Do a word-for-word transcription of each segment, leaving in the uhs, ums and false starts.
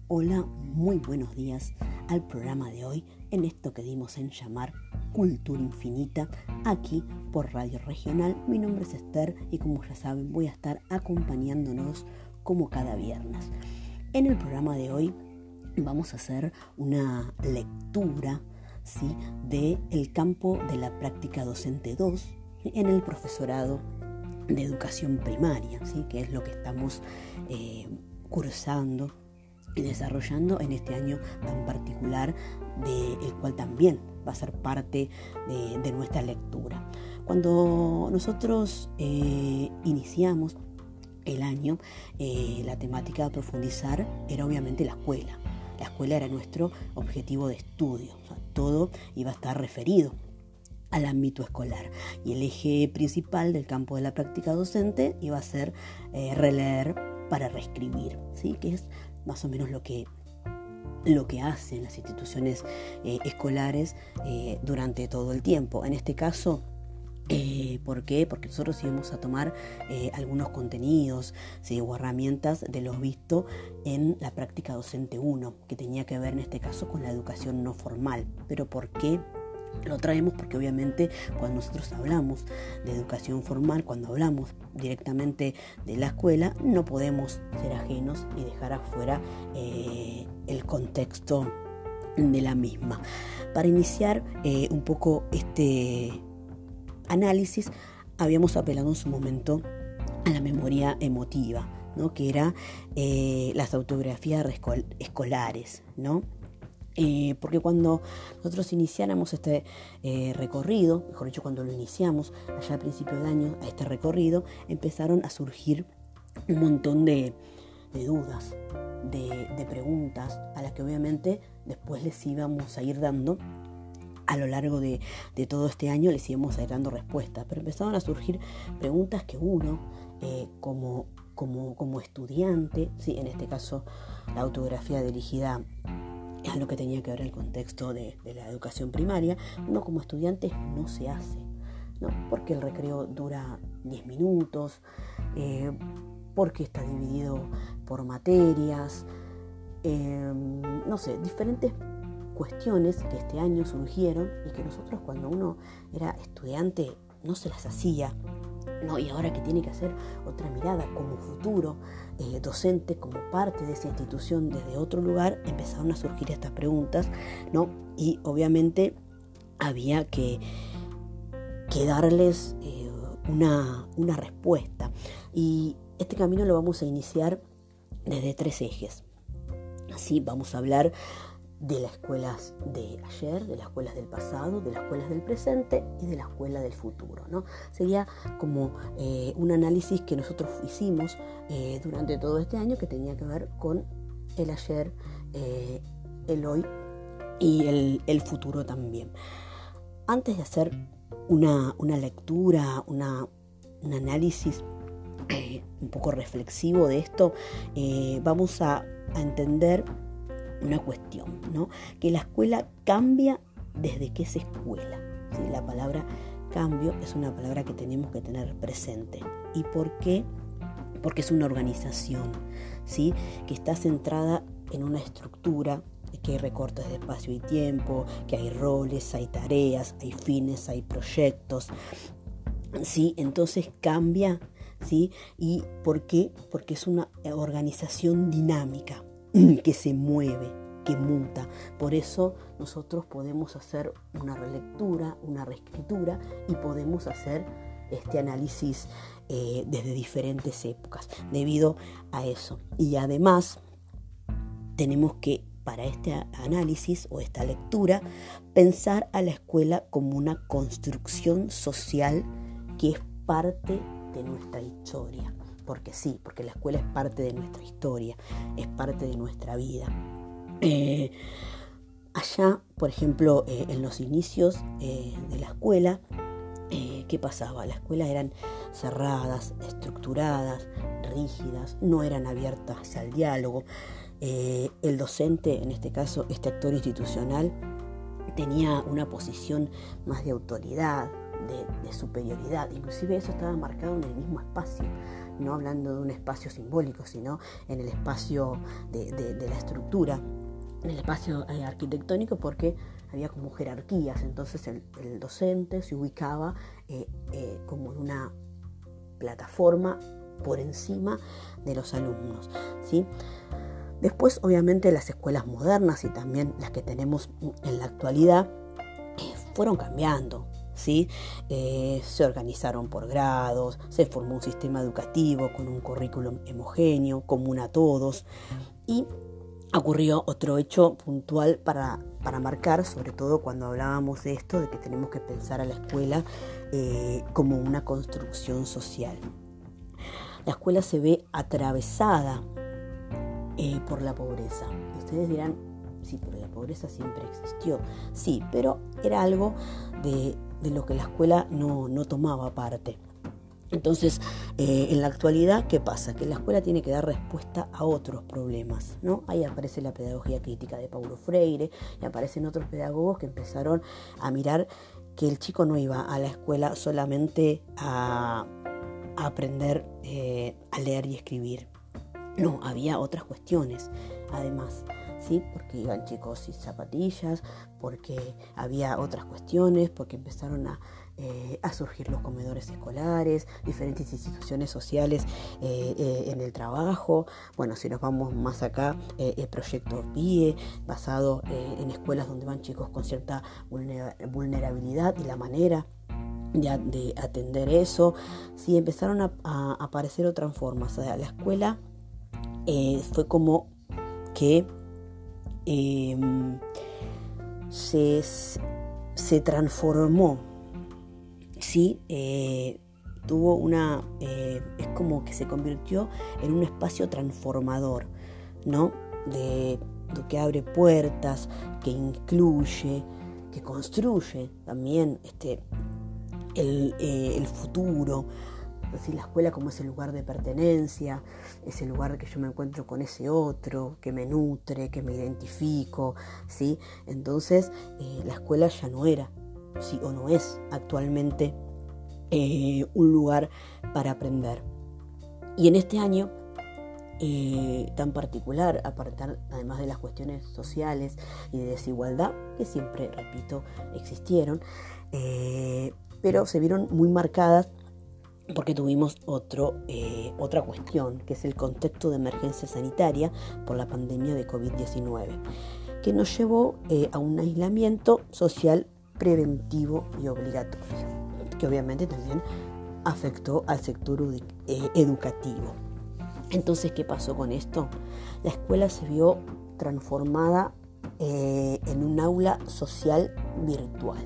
Hola, muy buenos días al programa de hoy en esto que dimos en llamar Cultura Infinita, aquí por Radio Regional. Mi nombre es Esther y como ya saben voy a estar acompañándonos como cada viernes. En el programa de hoy vamos a hacer una lectura, ¿sí?, del campo de la práctica docente dos en el profesorado de educación primaria, ¿sí?, que es lo que estamos eh, cursando y desarrollando en este año tan particular, del cual también va a ser parte de, de nuestra lectura. Cuando nosotros eh, iniciamos el año, eh, la temática a profundizar era obviamente la escuela. La escuela era nuestro objetivo de estudio, o sea, todo iba a estar referido al ámbito escolar. Y el eje principal del campo de la práctica docente iba a ser eh, releer para reescribir, ¿sí?, que es más o menos lo que, lo que hacen las instituciones eh, escolares eh, durante todo el tiempo. En este caso, Eh, ¿por qué? Porque nosotros íbamos a tomar eh, algunos contenidos, ¿sí?, o herramientas de lo visto en la práctica docente uno, que tenía que ver en este caso con la educación no formal. ¿Pero por qué lo traemos? Porque obviamente cuando nosotros hablamos de educación formal, cuando hablamos directamente de la escuela, no podemos ser ajenos y dejar afuera eh, el contexto de la misma. Para iniciar eh, un poco este análisis, habíamos apelado en su momento a la memoria emotiva, ¿no?, que era eh, las autobiografías escolares, ¿no? Eh, porque cuando nosotros iniciáramos este eh, recorrido, mejor dicho, cuando lo iniciamos allá a principios de año, a este recorrido, empezaron a surgir un montón de, de dudas, de, de preguntas, a las que obviamente después les íbamos a ir dando a lo largo de, de todo este año, les íbamos a ir dando respuestas, pero empezaron a surgir preguntas que uno, eh, como, como, como estudiante, ¿sí?, en este caso la autobiografía dirigida a lo que tenía que ver el contexto de, de la educación primaria, uno como estudiante no se hace, ¿no? Porque el recreo dura diez minutos, eh, porque está dividido por materias, eh, no sé, diferentes cuestiones que este año surgieron y que nosotros cuando uno era estudiante no se las hacía, ¿no? Y ahora que tiene que hacer otra mirada como futuro eh, docente, como parte de esa institución desde otro lugar, empezaron a surgir estas preguntas, ¿no? Y obviamente había que, que darles eh, una, una respuesta. Y este camino lo vamos a iniciar desde tres ejes. Así vamos a hablar de las escuelas de ayer, de las escuelas del pasado, de las escuelas del presente y de la escuela del futuro, ¿no? Sería como eh, un análisis que nosotros hicimos eh, durante todo este año, que tenía que ver con el ayer, eh, el hoy y el, el futuro también. Antes de hacer una, una lectura, una, un análisis eh, un poco reflexivo de esto, eh, vamos a, a entender una cuestión, ¿no? Que la escuela cambia desde que es escuela, ¿sí? La palabra cambio es una palabra que tenemos que tener presente. ¿Y por qué? Porque es una organización, ¿sí?, que está centrada en una estructura, que hay recortes de espacio y tiempo, que hay roles, hay tareas, hay fines, hay proyectos, ¿sí? Entonces cambia, ¿sí? ¿Y por qué? Porque es una organización dinámica, que se mueve, que muta. Por eso nosotros podemos hacer una relectura, una reescritura y podemos hacer este análisis eh, desde diferentes épocas debido a eso. Y además tenemos que, para este análisis o esta lectura, pensar a la escuela como una construcción social que es parte de nuestra historia. Porque sí, porque la escuela es parte de nuestra historia, es parte de nuestra vida. Eh, allá, por ejemplo, eh, en los inicios eh, de la escuela, eh, ¿qué pasaba? Las escuelas eran cerradas, estructuradas, rígidas, no eran abiertas al diálogo. Eh, el docente, en este caso, este actor institucional, tenía una posición más de autoridad, de, de superioridad. Inclusive eso estaba marcado en el mismo espacio, no hablando de un espacio simbólico, sino en el espacio de, de, de la estructura, en el espacio eh, arquitectónico, porque había como jerarquías. Entonces el, el docente se ubicaba eh, eh, como en una plataforma por encima de los alumnos, ¿sí? Después, obviamente, las escuelas modernas y también las que tenemos en la actualidad eh, fueron cambiando, ¿sí? Eh, se organizaron por grados, se formó un sistema educativo con un currículum homogéneo, común a todos, y ocurrió otro hecho puntual para, para marcar, sobre todo cuando hablábamos de esto, de que tenemos que pensar a la escuela eh, como una construcción social. La escuela se ve atravesada eh, por la pobreza. Y ustedes dirán, sí, pero la pobreza siempre existió. Sí, pero era algo de, de lo que la escuela no, no tomaba parte. Entonces, eh, en la actualidad, ¿qué pasa? Que la escuela tiene que dar respuesta a otros problemas, ¿no? Ahí aparece la pedagogía crítica de Paulo Freire y aparecen otros pedagogos que empezaron a mirar que el chico no iba a la escuela solamente a, a aprender eh, a leer y escribir. No, había otras cuestiones, además, ¿sí? Porque iban chicos sin zapatillas, porque había otras cuestiones, porque empezaron a, eh, a surgir los comedores escolares, diferentes instituciones sociales eh, eh, en el trabajo. Bueno, si nos vamos más acá, eh, el proyecto P I E, basado eh, en escuelas donde van chicos con cierta vulnerabilidad y la manera de, de atender eso. Sí, empezaron a, a aparecer otras formas. O sea, la escuela eh, fue como que eh, se, se transformó, ¿sí? Eh, tuvo una, eh, es como que se convirtió en un espacio transformador, ¿no? De, de que abre puertas, que incluye, que construye también este, el, eh, el futuro. Es decir, la escuela como ese lugar de pertenencia, ese lugar que yo me encuentro con ese otro, que me nutre, que me identifico, ¿sí? Entonces, eh, la escuela ya no era, ¿sí? O no es actualmente eh, un lugar para aprender. Y en este año eh, tan particular, apartar, además de las cuestiones sociales y de desigualdad, que siempre, repito, existieron, eh, pero se vieron muy marcadas porque tuvimos otro, eh, otra cuestión, que es el contexto de emergencia sanitaria por la pandemia de covid diecinueve, que nos llevó eh, a un aislamiento social preventivo y obligatorio, que obviamente también afectó al sector eh, educativo. Entonces, ¿qué pasó con esto? La escuela se vio transformada eh, en un aula social virtual,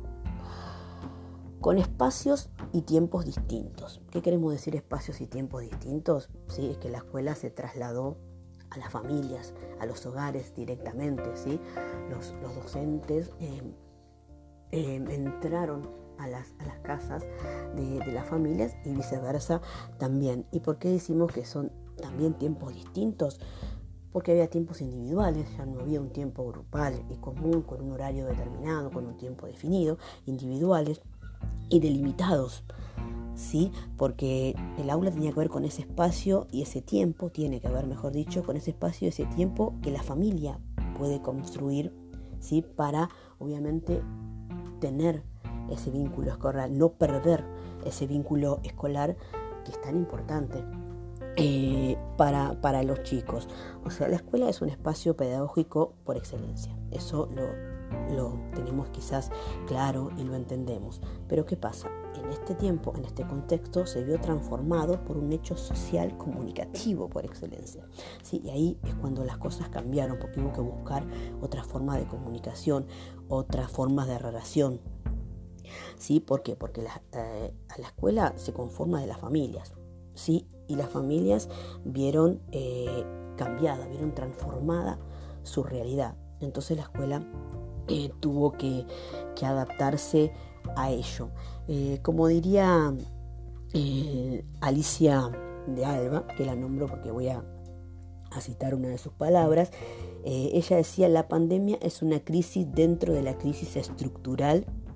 con espacios y tiempos distintos. ¿Qué queremos decir espacios y tiempos distintos? Sí, es que la escuela se trasladó a las familias, a los hogares directamente, ¿sí? Los, los docentes eh, eh, entraron a las, a las casas de, de las familias y viceversa también. ¿Y por qué decimos que son también tiempos distintos? Porque había tiempos individuales, ya no había un tiempo grupal y común, con un horario determinado, con un tiempo definido, individuales y delimitados, ¿sí? Porque el aula tenía que ver con ese espacio y ese tiempo, tiene que ver, mejor dicho, con ese espacio y ese tiempo que la familia puede construir, ¿sí? Para, obviamente, tener ese vínculo escolar, no perder ese vínculo escolar que es tan importante eh, para, para los chicos. O sea, la escuela es un espacio pedagógico por excelencia, eso lo lo tenemos quizás claro y lo entendemos. Pero ¿qué pasa? En este tiempo, en este contexto, se vio transformado por un hecho social comunicativo por excelencia, ¿sí? Y ahí es cuando las cosas cambiaron, porque hubo que buscar otras formas de comunicación, otras formas de relación, ¿sí? ¿Por qué? Porque la, eh, la escuela se conforma de las familias, ¿sí? Y las familias vieron eh, cambiada, vieron transformada su realidad. Entonces la escuela Eh, tuvo que, que adaptarse a ello. Eh, como diría eh, Alicia de Alba, que la nombro porque voy a, a citar una de sus palabras, eh, ella decía: la pandemia es una crisis dentro de la crisis estructural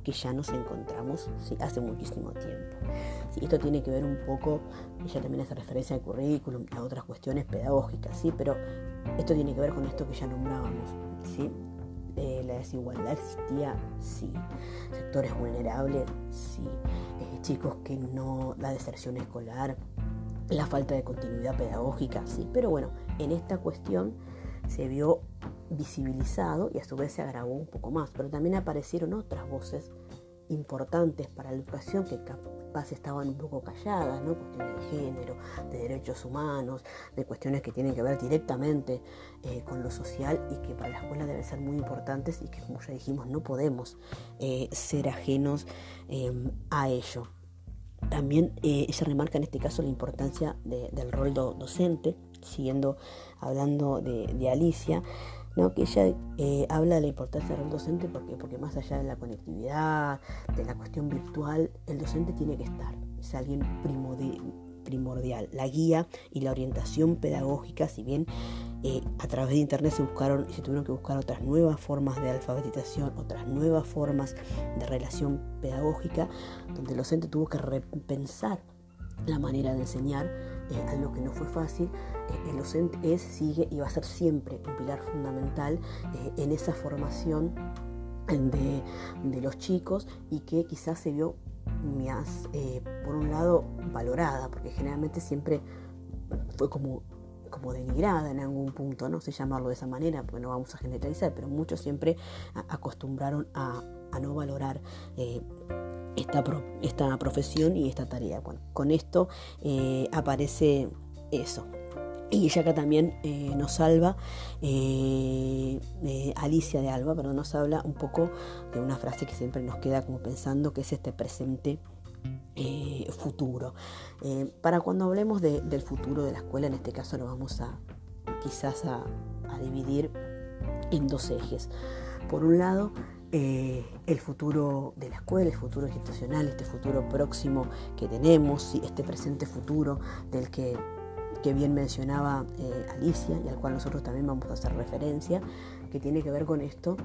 que ya nos encontramos, ¿sí?, hace muchísimo tiempo. Sí, esto tiene que ver un poco, ella también hace referencia al currículum, a otras cuestiones pedagógicas, ¿sí?, pero esto tiene que ver con esto que ya nombrábamos, ¿sí? Eh, la desigualdad existía, sí. Sectores vulnerables, sí. Eh, chicos que no, la deserción escolar, la falta de continuidad pedagógica, sí. Pero bueno, en esta cuestión se vio visibilizado y a su vez se agravó un poco más. Pero también aparecieron otras voces importantes para la educación que capaz estaban un poco calladas, ¿no? Cuestiones de género, de derechos humanos, de cuestiones que tienen que ver directamente eh, con lo social y que para la escuela deben ser muy importantes y que, como ya dijimos, no podemos eh, ser ajenos eh, a ello. También eh, ella remarca en este caso la importancia de, del rol do, docente, siguiendo hablando de, de Alicia, ¿no? Que ella eh, habla de la importancia del rol docente porque, porque más allá de la conectividad, de la cuestión virtual, el docente tiene que estar, es alguien primordial, primordial. La guía y la orientación pedagógica, si bien eh, a través de internet se buscaron, se tuvieron que buscar otras nuevas formas de alfabetización, otras nuevas formas de relación pedagógica, donde el docente tuvo que repensar la manera de enseñar, eh, algo que no fue fácil. Eh, el docente es, sigue y va a ser siempre un pilar fundamental eh, en esa formación de, de los chicos y que quizás se vio más, eh, por un lado, valorada, porque generalmente siempre fue como, como denigrada en algún punto, no sé llamarlo de esa manera, porque no vamos a generalizar, pero muchos siempre a, acostumbraron a, a no valorar eh, esta, pro, esta profesión y esta tarea. Bueno, con esto eh, aparece eso. Y ella acá también eh, nos salva, eh, eh, Alicia de Alba, perdón, nos habla un poco de una frase que siempre nos queda como pensando, que es este presente eh, futuro. Eh, para cuando hablemos de, del futuro de la escuela, en este caso lo vamos a quizás a, a dividir en dos ejes. Por un lado, eh, el futuro de la escuela, el futuro institucional, este futuro próximo que tenemos, este presente futuro del que que bien mencionaba eh, Alicia y al cual nosotros también vamos a hacer referencia, que tiene que ver con esto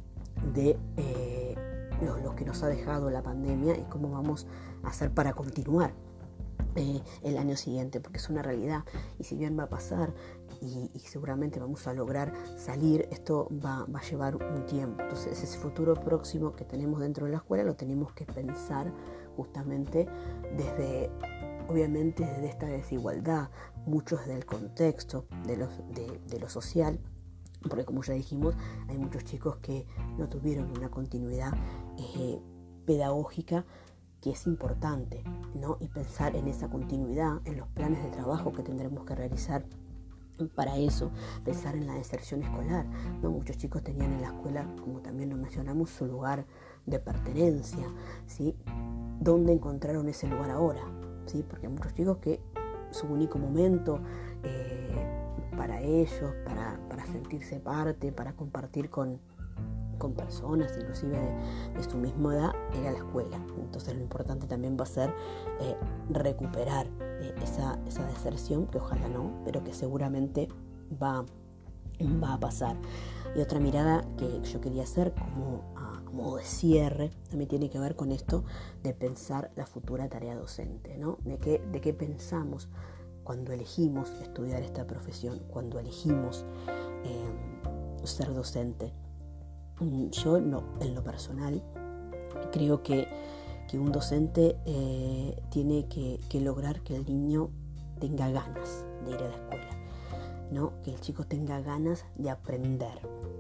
de eh, lo, lo que nos ha dejado la pandemia y cómo vamos a hacer para continuar eh, el año siguiente, porque es una realidad y si bien va a pasar y, y seguramente vamos a lograr salir, esto va, va a llevar un tiempo. Entonces ese futuro próximo que tenemos dentro de la escuela lo tenemos que pensar justamente desde, obviamente desde esta desigualdad, muchos del contexto, de, los, de, de lo social, porque como ya dijimos, hay muchos chicos que no tuvieron una continuidad eh, pedagógica que es importante, ¿no? Y pensar en esa continuidad, en los planes de trabajo que tendremos que realizar para eso, pensar en la deserción escolar, ¿no? Muchos chicos tenían en la escuela, como también lo mencionamos, su lugar de pertenencia, ¿sí? ¿Dónde encontraron ese lugar ahora? ¿Sí? Porque hay muchos chicos que su único momento eh, para ellos, para, para sentirse parte, para compartir con, con personas, inclusive de, de su misma edad, era la escuela. Entonces lo importante también va a ser eh, recuperar eh, esa, esa deserción, que ojalá no, pero que seguramente va, va a pasar. Y otra mirada que yo quería hacer como a modo de cierre también tiene que ver con esto de pensar la futura tarea docente, ¿no? De qué, de qué pensamos cuando elegimos estudiar esta profesión, cuando elegimos eh, ser docente. Yo no, en lo personal creo que, que un docente eh, tiene que, que lograr que el niño tenga ganas de ir a la escuela, ¿no? Que el chico tenga ganas de aprender,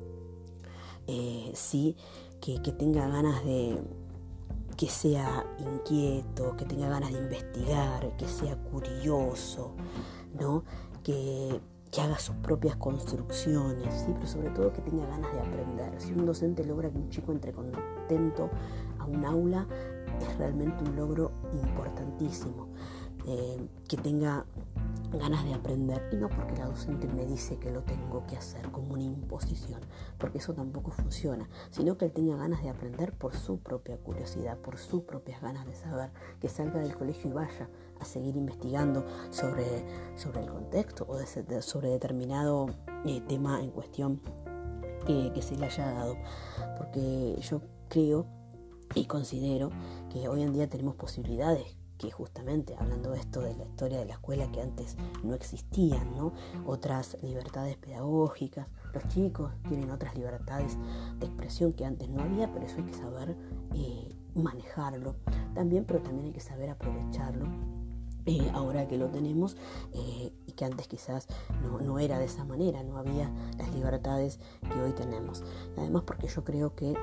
eh, sí, que, que tenga ganas de, que sea inquieto, que tenga ganas de investigar, que sea curioso, ¿no? Que, que haga sus propias construcciones, ¿sí? Pero sobre todo que tenga ganas de aprender. Si un docente logra que un chico entre contento a un aula, es realmente un logro importantísimo. Eh, que tenga ganas de aprender, y no porque la docente me dice que lo tengo que hacer como una imposición, porque eso tampoco funciona, sino que él tenga ganas de aprender por su propia curiosidad, por sus propias ganas de saber, que salga del colegio y vaya a seguir investigando sobre, sobre el contexto o de, sobre determinado eh, tema en cuestión que, que se le haya dado, porque yo creo Y considero que hoy en día tenemos posibilidades que justamente, hablando de esto de la historia de la escuela que antes no existían, ¿no? Otras libertades pedagógicas, los chicos tienen otras libertades de expresión que antes no había, pero eso hay que saber eh, manejarlo también, pero también hay que saber aprovecharlo eh, ahora que lo tenemos eh, y que antes quizás no, no era de esa manera, no había las libertades que hoy tenemos. Además porque yo creo que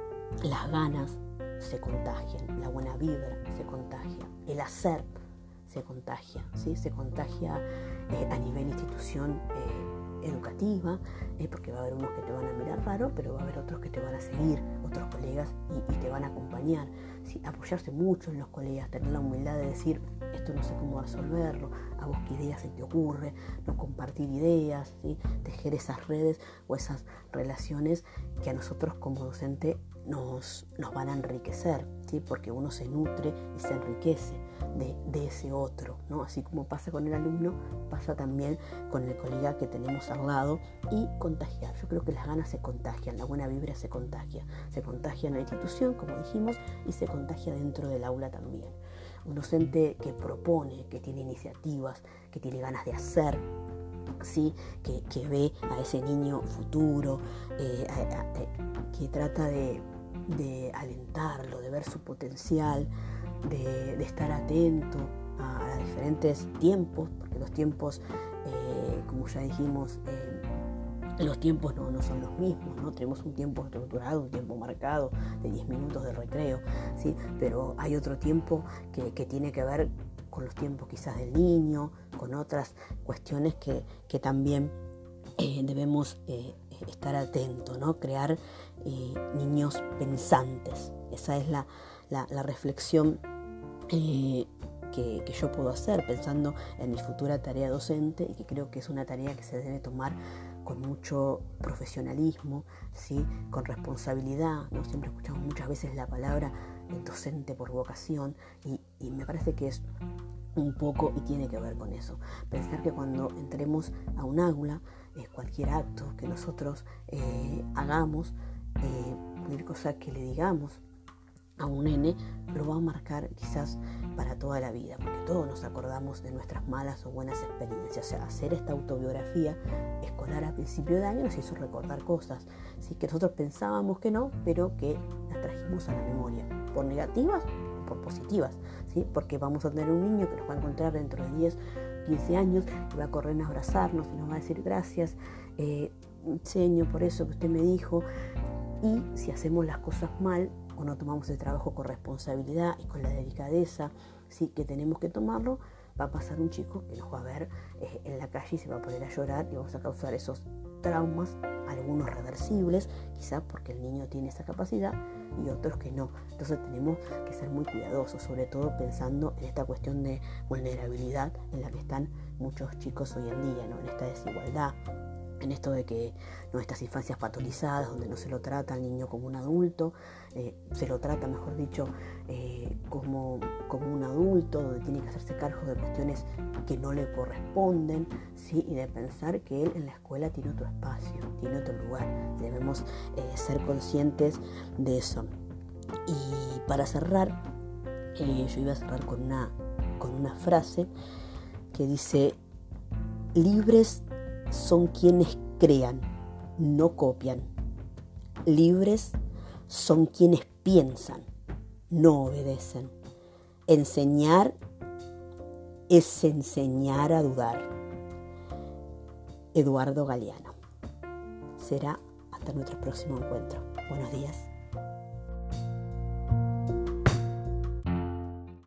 las ganas se contagian, la buena vibra se contagia, el hacer se contagia, ¿sí? Se contagia eh, a nivel institución eh, educativa, eh, porque va a haber unos que te van a mirar raro, pero va a haber otros que te van a seguir, otros colegas y, y te van a acompañar, ¿sí? Apoyarse mucho en los colegas, tener la humildad de decir, esto no sé cómo resolverlo, a vos qué ideas se te ocurre, no compartir ideas, ¿sí? Tejer esas redes o esas relaciones que a nosotros como docente Nos, nos van a enriquecer, ¿sí? Porque uno se nutre y se enriquece de, de ese otro, ¿no? Así como pasa con el alumno, pasa también con el colega que tenemos al lado y contagiar. Yo creo que las ganas se contagian, la buena vibra se contagia, se contagia en la institución, como dijimos, y se contagia dentro del aula también. Un docente que propone, que tiene iniciativas, que tiene ganas de hacer, ¿sí? que, que ve a ese niño futuro, eh, a, a, a, que trata de, de alentarlo, de ver su potencial, de, de estar atento a, a diferentes tiempos, porque los tiempos, eh, como ya dijimos, eh, los tiempos no, no son los mismos, ¿no? Tenemos un tiempo estructurado, un tiempo marcado de diez minutos de recreo, ¿sí? Pero hay otro tiempo que, que tiene que ver con los tiempos quizás del niño, con otras cuestiones que, que también eh, debemos eh, estar atentos, ¿no? Crear eh, niños pensantes. Esa es la, la, la reflexión eh, que, que yo puedo hacer pensando en mi futura tarea docente y que creo que es una tarea que se debe tomar con mucho profesionalismo, ¿sí? Con responsabilidad, ¿no? Siempre escuchamos muchas veces la palabra docente por vocación y, y me parece que es un poco y tiene que ver con eso. Pensar que cuando entremos a un aula, eh, cualquier acto que nosotros eh, hagamos, eh, cualquier cosa que le digamos a un nene, lo va a marcar quizás para toda la vida, porque todos nos acordamos de nuestras malas o buenas experiencias. O sea, hacer esta autobiografía escolar a principio de año nos hizo recordar cosas, ¿sí? Que nosotros pensábamos que no, pero que las trajimos a la memoria, por negativas o por positivas, ¿sí? Porque vamos a tener un niño que nos va a encontrar dentro de diez, quince años y va a correr a abrazarnos y nos va a decir gracias, eh, señor, por eso que usted me dijo. Y si hacemos las cosas mal o no tomamos el trabajo con responsabilidad y con la delicadeza, sí, que tenemos que tomarlo, va a pasar un chico que nos va a ver eh, en la calle y se va a poner a llorar y vamos a causar esos traumas, algunos reversibles, quizás porque el niño tiene esa capacidad y otros que no. Entonces tenemos que ser muy cuidadosos, sobre todo pensando en esta cuestión de vulnerabilidad en la que están muchos chicos hoy en día, ¿no? En esta desigualdad, en esto de que no, estas infancias patologizadas donde no se lo trata al niño como un adulto, eh, se lo trata, mejor dicho, eh, como, como un adulto, donde tiene que hacerse cargo de cuestiones que no le corresponden, ¿sí? Y de pensar que él en la escuela tiene otro espacio, tiene otro lugar. Debemos eh, ser conscientes de eso. Y para cerrar, eh, yo iba a cerrar con una, con una frase que dice: libres son quienes crean, no copian. Libres son quienes piensan, no obedecen. Enseñar es enseñar a dudar. Eduardo Galeano. Será hasta nuestro próximo encuentro. Buenos días.